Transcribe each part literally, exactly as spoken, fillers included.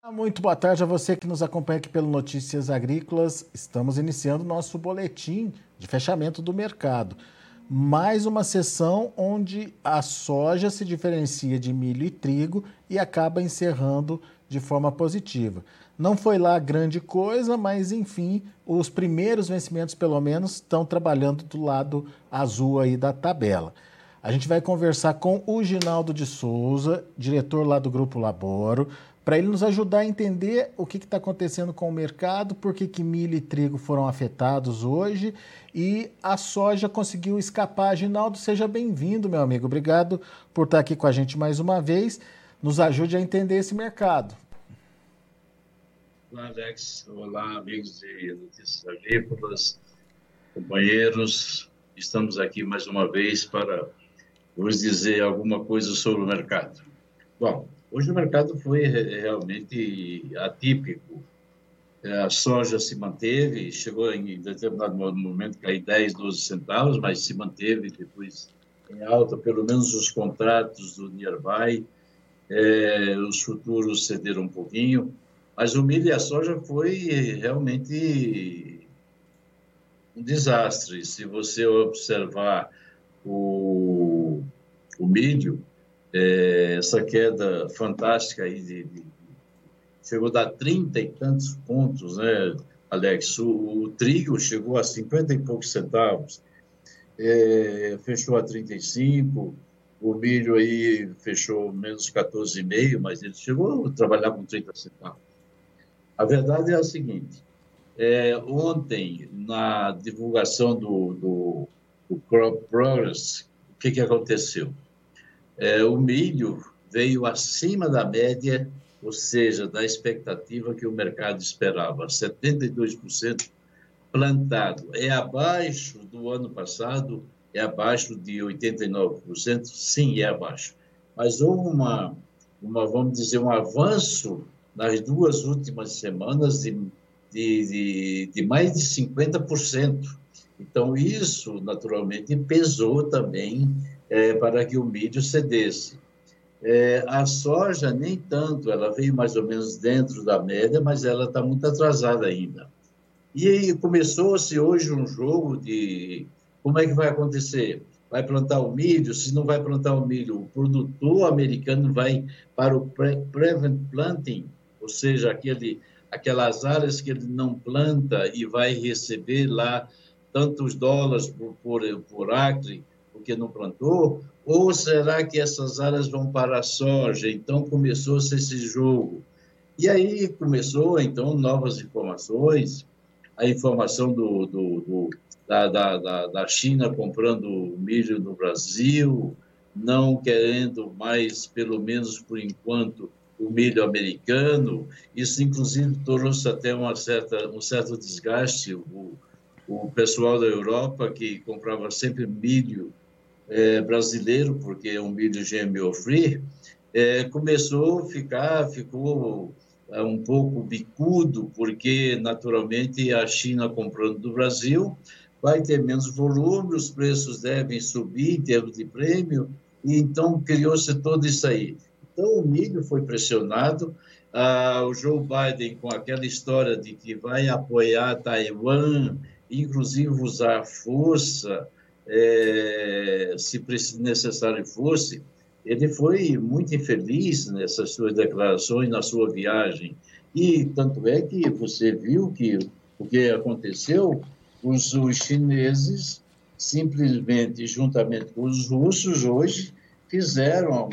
Muito boa tarde a você que nos acompanha aqui pelo Notícias Agrícolas. Estamos iniciando nosso boletim de fechamento do mercado. Mais uma sessão onde a soja se diferencia de milho e trigo e acaba encerrando de forma positiva. Não foi lá grande coisa, mas enfim, os primeiros vencimentos pelo menos estão trabalhando do lado azul aí da tabela. A gente vai conversar com o Ginaldo de Souza, diretor lá do Grupo Laboro, para ele nos ajudar a entender o que está acontecendo com o mercado, por que que milho e trigo foram afetados hoje e a soja conseguiu escapar. Ginaldo, seja bem-vindo, meu amigo. Obrigado por estar aqui com a gente mais uma vez. Nos ajude a entender esse mercado. Olá, Alex. Olá, amigos de Notícias Agrícolas, companheiros. Estamos aqui mais uma vez para vos dizer alguma coisa sobre o mercado. Bom, hoje o mercado foi realmente atípico. A soja se manteve, chegou em determinado momento a cair dez, doze centavos, mas se manteve depois em alta, pelo menos os contratos do Nearby, é, os futuros cederam um pouquinho, mas o milho e a soja foi realmente um desastre. Se você observar o, o milho, é, essa queda fantástica aí de, de, chegou a dar trinta e tantos pontos, né, Alex? O, o trigo chegou a cinquenta e poucos centavos, é, fechou a trinta e cinco, o milho aí fechou menos quatorze vírgula cinco, mas ele chegou a trabalhar com trinta centavos. A verdade é a seguinte, é, ontem, na divulgação do, do, do Crop Progress, o que, que aconteceu? É, o milho veio acima da média, ou seja, da expectativa que o mercado esperava, setenta e dois por cento plantado. É abaixo do ano passado, é abaixo de oitenta e nove por cento, sim, é abaixo. Mas houve uma, uma vamos dizer, um avanço nas duas últimas semanas de, de, de, de mais de cinquenta por cento. Então, isso, naturalmente, pesou também é, para que o milho cedesse. É, a soja, nem tanto, ela veio mais ou menos dentro da média, mas ela está muito atrasada ainda. E aí começou-se hoje um jogo de como é que vai acontecer? Vai plantar o milho? Se não vai plantar o milho, o produtor americano vai para o prevent planting, ou seja, aquele, aquelas áreas que ele não planta e vai receber lá tantos dólares por, por, por acre, porque não plantou, ou será que essas áreas vão para a soja? Então, começou-se esse jogo. E aí começou, então, novas informações, a informação do, do, do, da, da, da China comprando milho no Brasil, não querendo mais, pelo menos por enquanto, o milho americano. Isso, inclusive, trouxe até uma certa, um certo desgaste. O, o pessoal da Europa, que comprava sempre milho É, brasileiro, porque é um milho G M O-free, é, começou a ficar, ficou é, um pouco bicudo, porque, naturalmente, a China comprando do Brasil vai ter menos volume, os preços devem subir em termos de prêmio, e então criou-se tudo isso aí. Então, o milho foi pressionado, ah, o Joe Biden, com aquela história de que vai apoiar Taiwan, inclusive usar força, É, se necessário fosse, ele foi muito infeliz nessas suas declarações, na sua viagem. E tanto é que você viu que o que aconteceu, os, os chineses, simplesmente, juntamente com os russos, hoje fizeram,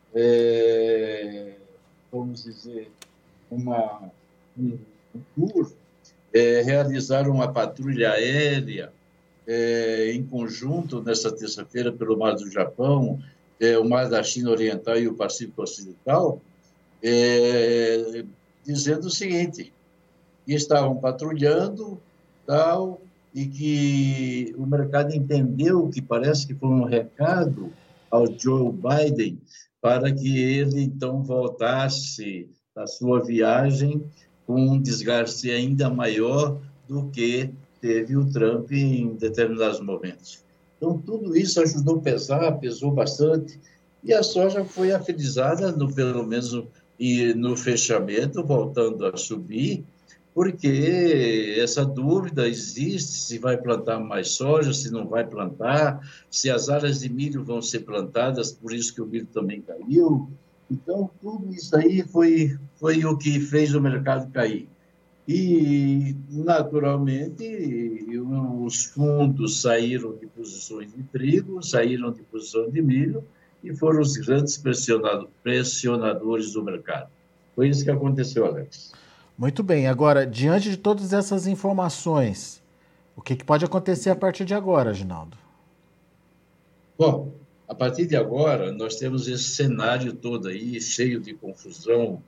é, vamos dizer, uma, um, um tour, é, realizaram uma patrulha aérea, É, em conjunto, nesta terça-feira, pelo Mar do Japão, é, o Mar da China Oriental e o Pacífico Ocidental, é, dizendo o seguinte, que estavam patrulhando, tal, e que o mercado entendeu que parece que foi um recado ao Joe Biden para que ele, então, voltasse da sua viagem com um desgaste ainda maior do que teve o Trump em determinados momentos. Então, tudo isso ajudou a pesar, pesou bastante, e a soja foi afelizada, no, pelo menos e no fechamento voltando a subir, porque essa dúvida existe, se vai plantar mais soja, se não vai plantar, se as áreas de milho vão ser plantadas, por isso que o milho também caiu. Então, tudo isso aí foi, foi o que fez o mercado cair. E, naturalmente, os fundos saíram de posições de trigo, saíram de posição de milho e foram os grandes pressionadores do mercado. Foi isso que aconteceu, Alex. Muito bem. Agora, diante de todas essas informações, o que, que pode acontecer a partir de agora, Ginaldo? Bom, a partir de agora, nós temos esse cenário todo aí, cheio de confusão,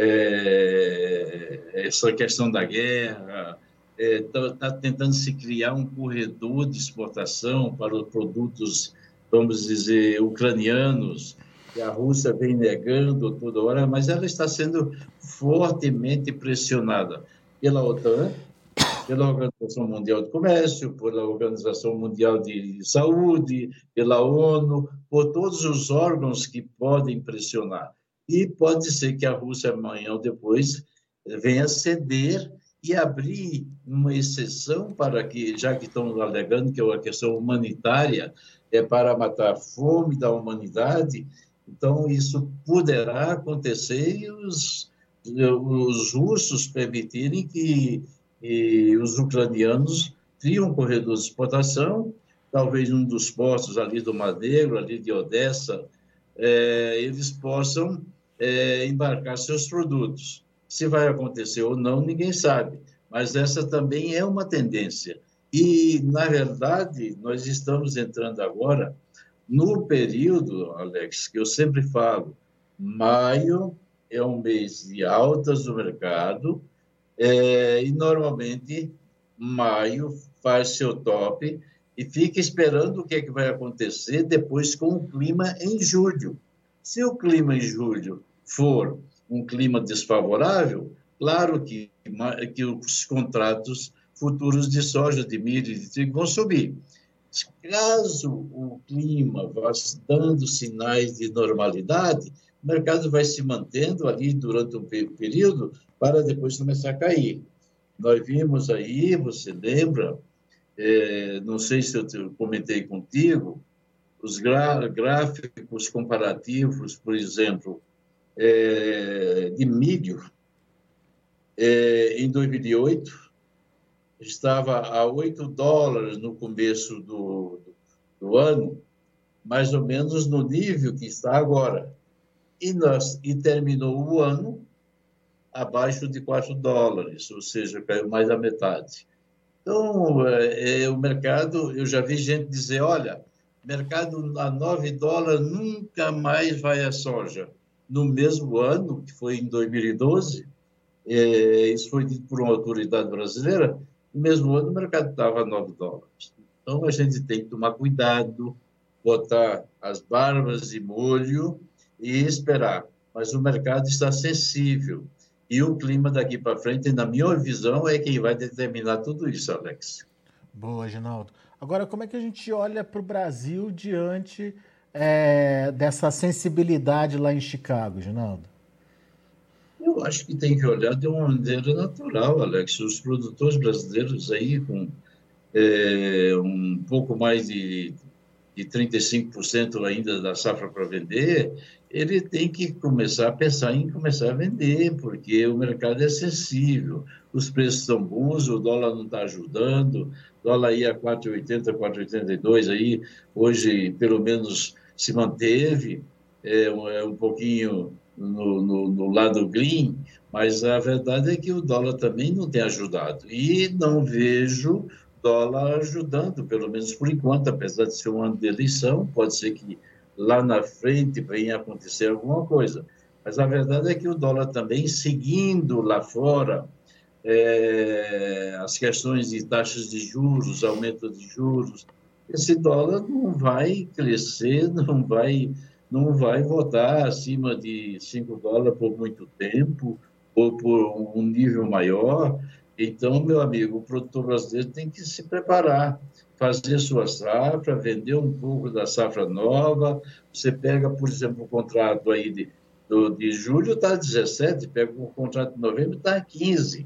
é, essa questão da guerra, está é, tá tentando se criar um corredor de exportação para os produtos, vamos dizer, ucranianos, que a Rússia vem negando toda hora, mas ela está sendo fortemente pressionada pela OTAN, pela Organização Mundial do Comércio, pela Organização Mundial de Saúde, pela ONU, por todos os órgãos que podem pressionar. E pode ser que a Rússia, amanhã ou depois, venha ceder e abrir uma exceção para que, já que estão alegando que é uma questão humanitária, é para matar a fome da humanidade, então isso poderá acontecer e os, os russos permitirem que e os ucranianos criam um corredor de exportação, talvez um dos portos ali do Mar Negro, ali de Odessa, é, eles possam é, embarcar seus produtos. Se vai acontecer ou não, ninguém sabe, mas essa também é uma tendência. E, na verdade, nós estamos entrando agora no período, Alex, que eu sempre falo, maio é um mês de altas do mercado, É, e, normalmente, maio faz seu top e fica esperando o que, é que vai acontecer depois com o clima em julho. Se o clima em julho for um clima desfavorável, claro que, que os contratos futuros de soja, de milho e de trigo vão subir. Caso o clima vá dando sinais de normalidade, o mercado vai se mantendo ali durante um período para depois começar a cair. Nós vimos aí, você lembra, é, não sei se eu comentei contigo, os gráficos comparativos, por exemplo, é, de milho, é, em dois mil e oito, estava a oito dólares no começo do, do ano, mais ou menos no nível que está agora. E, nós, e terminou o ano abaixo de quatro dólares, ou seja, caiu mais da metade. Então, é, é, o mercado, eu já vi gente dizer, olha, mercado a nove dólares nunca mais vai a soja. No mesmo ano, que foi em dois mil e doze, é, isso foi dito por uma autoridade brasileira, no mesmo ano o mercado estava a nove dólares. Então, a gente tem que tomar cuidado, botar as barbas de molho e esperar. Mas o mercado está sensível. E o clima daqui para frente, na minha visão, é quem vai determinar tudo isso, Alex. Boa, Ginaldo. Agora, como é que a gente olha para o Brasil diante é, dessa sensibilidade lá em Chicago, Ginaldo? Eu acho que tem que olhar de uma maneira natural, Alex. Os produtores brasileiros aí com é, um pouco mais de, de trinta e cinco por cento ainda da safra para vender, ele tem que começar a pensar em começar a vender, porque o mercado é sensível, os preços estão bons, o dólar não está ajudando, o dólar aí a quatro e oitenta, quatro e oitenta e dois, aí, hoje pelo menos se manteve, é, um, é um pouquinho no, no, no lado green, mas a verdade é que o dólar também não tem ajudado, e não vejo dólar ajudando, pelo menos por enquanto, apesar de ser um ano de eleição, pode ser que lá na frente venha acontecer alguma coisa. Mas a verdade é que o dólar também, seguindo lá fora, é, as questões de taxas de juros, aumento de juros, esse dólar não vai crescer, não vai, não vai voltar acima de cinco dólares por muito tempo, ou por um nível maior. Então, meu amigo, o produtor brasileiro tem que se preparar, fazer sua safra, vender um pouco da safra nova. Você pega, por exemplo, um contrato aí de, do, de julho está a dezessete, pega o contrato de novembro, está a quinze.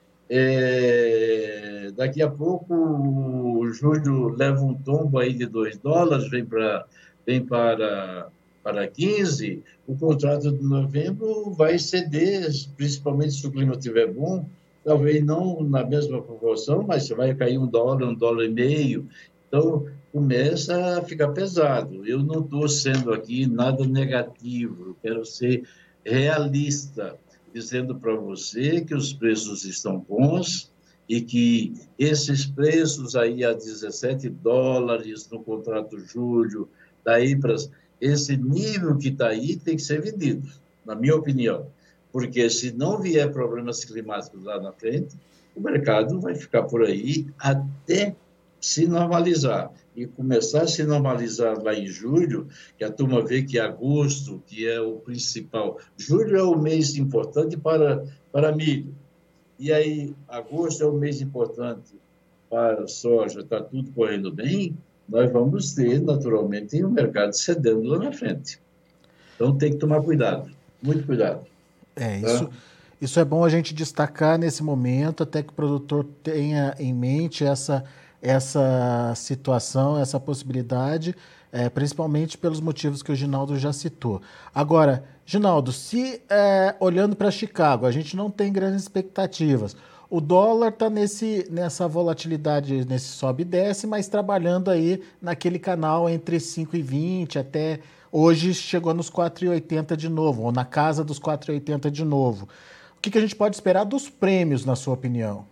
É, daqui a pouco o julho leva um tombo aí de dois dólares, vem para vem para para quinze. O contrato de novembro vai ceder, principalmente se o clima estiver bom, talvez não na mesma proporção, mas vai cair um dólar, um dólar e meio. Então começa a ficar pesado. Eu não estou sendo aqui nada negativo, eu quero ser realista, dizendo para você que os preços estão bons e que esses preços aí a dezessete dólares no contrato julho, daí para esse nível que está aí tem que ser vendido, na minha opinião, porque se não vier problemas climáticos lá na frente, o mercado vai ficar por aí até se normalizar. E começar a se normalizar lá em julho, que a turma vê que agosto, que é o principal. Julho é o mês importante para, para milho. E aí, agosto é o mês importante para soja, está tudo correndo bem, nós vamos ter, naturalmente, um mercado cedendo lá na frente. Então, tem que tomar cuidado, muito cuidado. É, isso, tá? Isso é bom a gente destacar nesse momento, até que o produtor tenha em mente essa... essa situação, essa possibilidade, é, principalmente pelos motivos que o Ginaldo já citou. Agora, Ginaldo, se é, olhando para Chicago, a gente não tem grandes expectativas. O dólar está nessa volatilidade, nesse sobe e desce, mas trabalhando aí naquele canal entre cinco e vinte, até hoje chegou nos quatro e oitenta de novo, ou na casa dos quatro e oitenta de novo. O que, que a gente pode esperar dos prêmios, na sua opinião?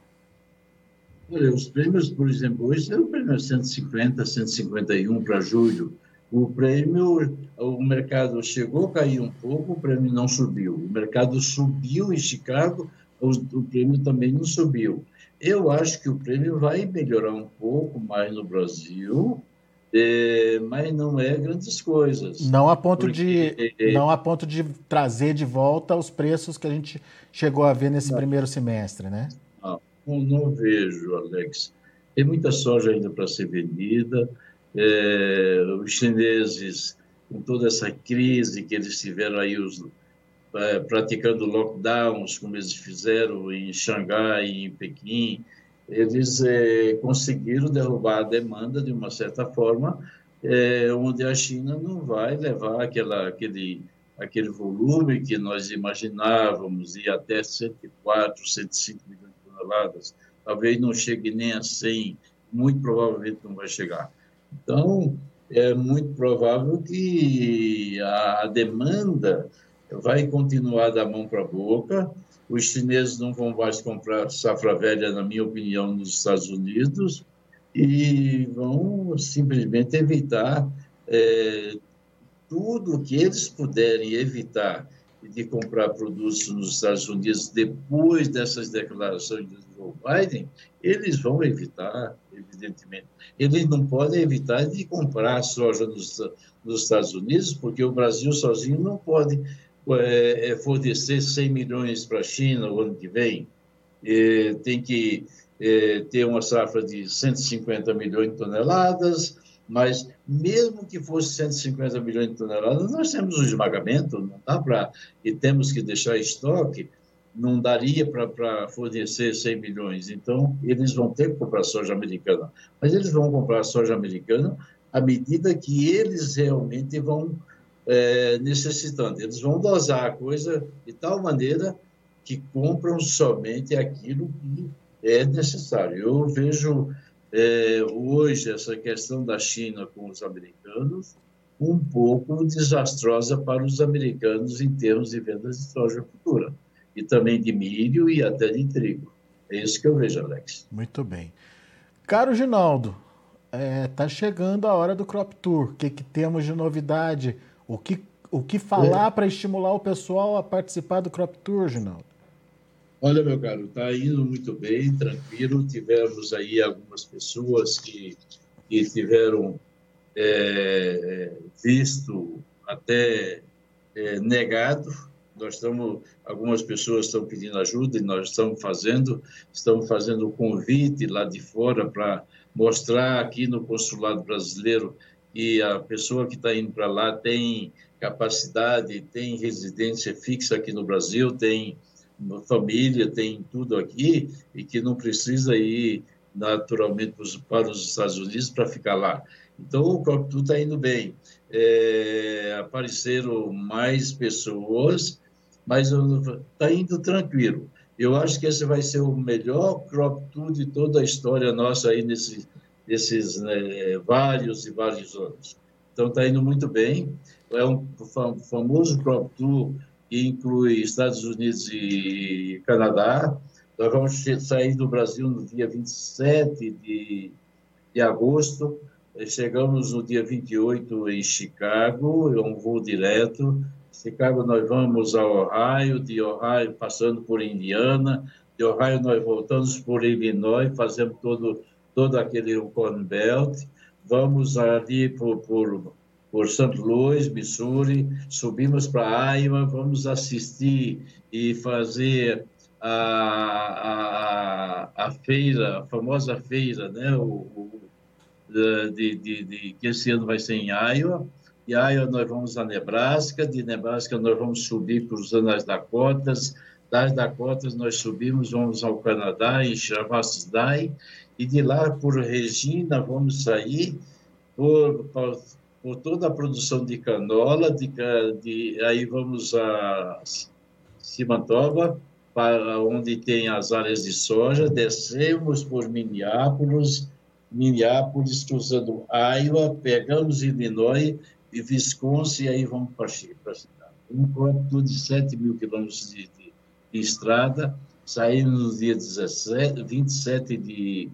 Olha, os prêmios, por exemplo, hoje é o prêmio cento e cinquenta, cento e cinquenta e um para julho. O prêmio, o mercado chegou a cair um pouco, o prêmio não subiu. O mercado subiu em Chicago, o, o prêmio também não subiu. Eu acho que o prêmio vai melhorar um pouco mais no Brasil, é, mas não é grandes coisas. Não a ponto porque... de, não a ponto de trazer de volta os preços que a gente chegou a ver nesse não. primeiro semestre, né? Não. Não, não vejo, Alex. Tem muita soja ainda para ser vendida. É, os chineses, com toda essa crise que eles tiveram aí, os, é, praticando lockdowns, como eles fizeram em Xangai e em Pequim, eles é, conseguiram derrubar a demanda de uma certa forma, é, onde a China não vai levar aquela, aquele, aquele volume que nós imaginávamos, ir até cento e quatro, cento e cinco milhões de toneladas, talvez não chegue nem a cem, muito provavelmente não vai chegar. Então, é muito provável que a demanda vai continuar da mão para a boca. Os chineses não vão mais comprar safra velha, na minha opinião, nos Estados Unidos, e vão simplesmente evitar é, tudo que eles puderem evitar de comprar produtos nos Estados Unidos depois dessas declarações do Joe Biden, eles vão evitar, evidentemente. Eles não podem evitar de comprar soja nos, nos Estados Unidos, porque o Brasil sozinho não pode é, fornecer cem milhões para a China o ano que vem. É, tem que é, ter uma safra de cento e cinquenta milhões de toneladas, mas mesmo que fosse cento e cinquenta milhões de toneladas, nós temos um esmagamento, não dá para, e temos que deixar estoque, não daria para fornecer cem milhões. Então, eles vão ter que comprar soja americana, mas eles vão comprar soja americana à medida que eles realmente vão é, necessitando. Eles vão dosar a coisa de tal maneira que compram somente aquilo que é necessário. Eu vejo é, hoje essa questão da China com os americanos um pouco desastrosa para os americanos em termos de vendas de soja futura, e também de milho e até de trigo. É isso que eu vejo, Alex. Muito bem. Caro Ginaldo, está é, chegando a hora do Crop Tour. O que, que temos de novidade? O que, o que falar é. para estimular o pessoal a participar do Crop Tour, Ginaldo? Olha, meu caro, está indo muito bem, tranquilo. Tivemos aí algumas pessoas que, que tiveram é, visto até é, negado. Nós estamos, algumas pessoas estão pedindo ajuda e nós estamos fazendo, estamos fazendo o convite lá de fora para mostrar aqui no consulado brasileiro e a pessoa que está indo para lá tem capacidade, tem residência fixa aqui no Brasil, tem família, tem tudo aqui, e que não precisa ir naturalmente para os Estados Unidos para ficar lá. Então, o Crop Tour está indo bem. É, apareceram mais pessoas, mas está indo tranquilo. Eu acho que esse vai ser o melhor Crop Tour de toda a história nossa aí nesse, nesses né, vários e vários anos. Então, está indo muito bem. É um famoso Crop Tour que inclui Estados Unidos e Canadá. Nós vamos sair do Brasil no dia vinte e sete de, de agosto. Chegamos no dia vinte e oito em Chicago, é um voo direto. Chicago nós vamos a Ohio, de Ohio passando por Indiana, de Ohio nós voltamos por Illinois, fazemos todo, todo aquele Corn Belt, vamos ali por, por, por Saint Louis, Missouri, subimos para Iowa, vamos assistir e fazer a, a, a feira, a famosa feira, né? o, o De, de, de, que esse ano vai ser em Iowa. De Iowa nós vamos a Nebraska, de Nebraska nós vamos subir cruzando as Dakotas, das Dakotas nós subimos, vamos ao Canadá, em Chavasdai, e de lá por Regina vamos sair por, por, por toda a produção de canola, de, de, aí vamos a Simantoba, para onde tem as áreas de soja, descemos por Minneapolis, Minneapolis, cruzando Iowa, pegamos Illinois e Wisconsin, e aí vamos para a cidade. Um Crop Tour de sete mil quilômetros de, de, de estrada, saímos no dia dezessete, vinte e sete de,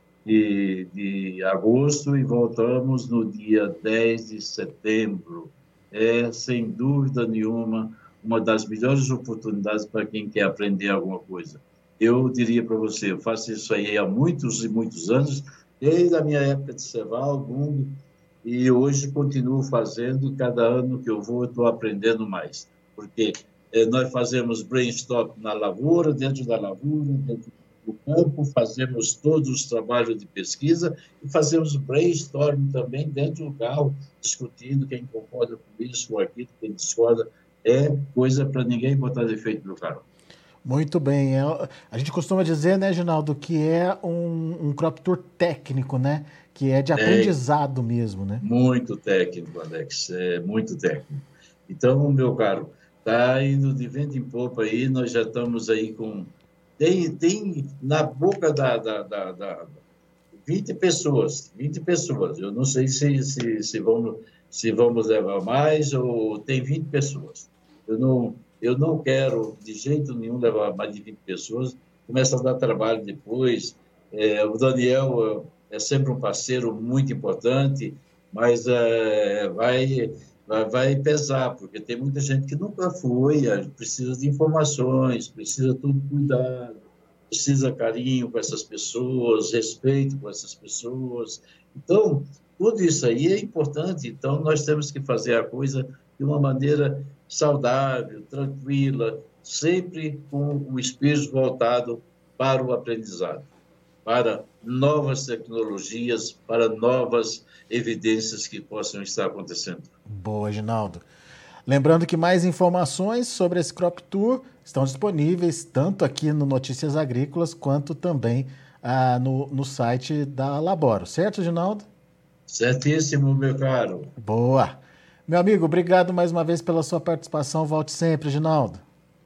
de, de agosto e voltamos no dia dez de setembro. É, sem dúvida nenhuma, uma das melhores oportunidades para quem quer aprender alguma coisa. Eu diria para você, eu faço isso aí há muitos e muitos anos, desde a minha época de Ceval, Bung, e hoje continuo fazendo, cada ano que eu vou, eu estou aprendendo mais, porque eh, nós fazemos brainstorm na lavoura, dentro da lavoura, dentro do campo, fazemos todos os trabalhos de pesquisa e fazemos brainstorm também dentro do carro, discutindo quem concorda com isso, com aquilo, quem discorda, é coisa para ninguém botar defeito no carro. Muito bem. É, a gente costuma dizer, né, Ginaldo, que é um, um Crop Tour técnico, né? Que é de aprendizado é, mesmo, né? Muito técnico, Alex, é muito técnico. Então, meu caro, está indo de vento em popa aí, nós já estamos aí com... Tem, tem na boca da, da, da, da vinte pessoas, vinte pessoas. Eu não sei se, se, se, vamos, se vamos levar mais ou tem vinte pessoas. Eu não... Eu não quero, de jeito nenhum, levar mais de vinte pessoas, começa a dar trabalho depois. É, o Daniel é sempre um parceiro muito importante, mas é, vai, vai, vai pesar, porque tem muita gente que nunca foi, precisa de informações, precisa tudo cuidado, precisa carinho com essas pessoas, respeito com essas pessoas. Então, tudo isso aí é importante, então nós temos que fazer a coisa de uma maneira saudável, tranquila, sempre com o espírito voltado para o aprendizado, para novas tecnologias, para novas evidências que possam estar acontecendo. Boa, Ginaldo. Lembrando que mais informações sobre esse Crop Tour estão disponíveis tanto aqui no Notícias Agrícolas quanto também ah, no, no site da Laboro. Certo, Ginaldo? Certíssimo, meu caro. Boa. Meu amigo, obrigado mais uma vez pela sua participação. Volte sempre, Ginaldo.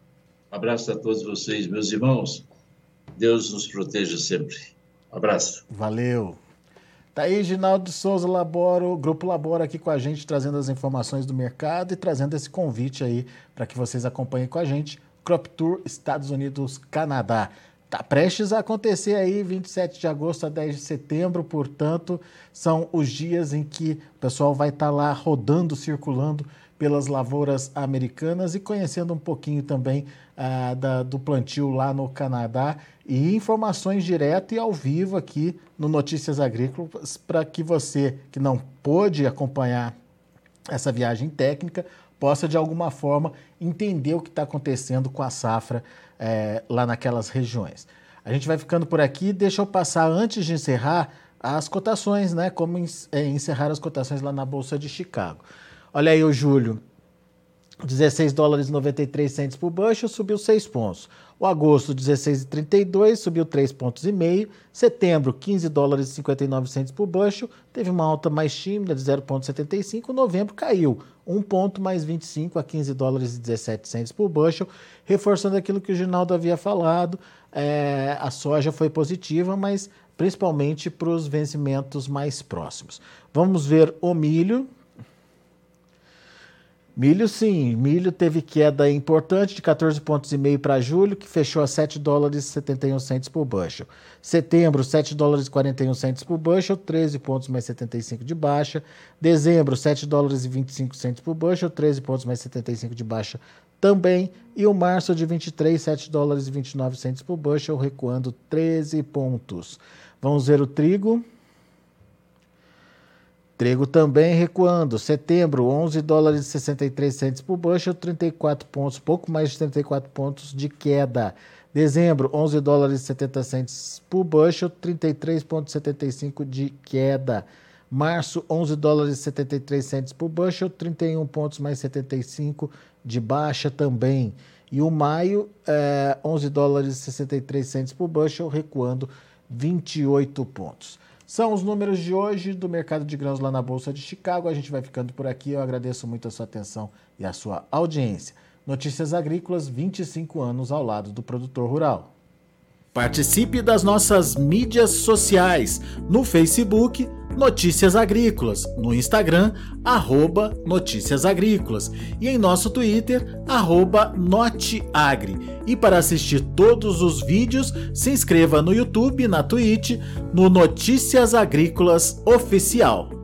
Um abraço a todos vocês, meus irmãos. Deus nos proteja sempre. Um abraço. Valeu. Tá aí, Ginaldo de Souza Laboro, Grupo Laboro aqui com a gente, trazendo as informações do mercado e trazendo esse convite aí para que vocês acompanhem com a gente. Crop Tour Estados Unidos, Canadá. Está prestes a acontecer aí, vinte e sete de agosto a dez de setembro, portanto, são os dias em que o pessoal vai estar tá lá rodando, circulando pelas lavouras americanas e conhecendo um pouquinho também ah, da, do plantio lá no Canadá e informações direto e ao vivo aqui no Notícias Agrícolas para que você que não pôde acompanhar essa viagem técnica possa de alguma forma entender o que está acontecendo com a safra é, lá naquelas regiões. A gente vai ficando por aqui, deixa eu passar, antes de encerrar, as cotações, né? Como encerrar as cotações lá na Bolsa de Chicago. Olha aí o julho, dezesseis dólares e noventa e três centavos por bushel, subiu seis pontos. O agosto, dezesseis e trinta e dois, subiu três pontos e meio. Setembro, quinze dólares e cinquenta e nove centavos por bushel, teve uma alta mais tímida de zero vírgula setenta e cinco. Novembro caiu um ponto mais vinte e cinco a quinze dólares e dezessete centavos por bushel, reforçando aquilo que o Ginaldo havia falado. É, a soja foi positiva, mas principalmente para os vencimentos mais próximos. Vamos ver o milho. Milho, sim. Milho teve queda importante de quatorze pontos e meio para julho, que fechou a sete dólares e setenta e um centavos por bushel. Setembro, sete dólares e quarenta e um centavos por bushel, treze pontos mais setenta e cinco de baixa. Dezembro, sete dólares e vinte e cinco centavos por bushel, treze pontos mais setenta e cinco de baixa também. E o março de vinte e três, sete dólares e vinte e nove centavos por bushel, recuando treze pontos. Vamos ver o trigo. Trigo também recuando. Setembro, onze dólares e sessenta e três centavos por bushel, trinta e quatro pontos, pouco mais de trinta e quatro pontos de queda. Dezembro, onze dólares e setenta centavos por bushel, trinta e três vírgula setenta e cinco de queda. Março, onze dólares e setenta e três centavos por bushel, trinta e um pontos mais setenta e cinco de baixa também. E o maio, é, onze dólares e sessenta e três centavos por bushel, recuando vinte e oito pontos. São os números de hoje do mercado de grãos lá na Bolsa de Chicago. A gente vai ficando por aqui. Eu agradeço muito a sua atenção e a sua audiência. Notícias Agrícolas, vinte e cinco anos ao lado do produtor rural. Participe das nossas mídias sociais. No Facebook, Notícias Agrícolas. No Instagram, arroba Notícias Agrícolas. E em nosso Twitter, arroba Noteagri. E para assistir todos os vídeos, se inscreva no YouTube, na Twitch, no Notícias Agrícolas Oficial.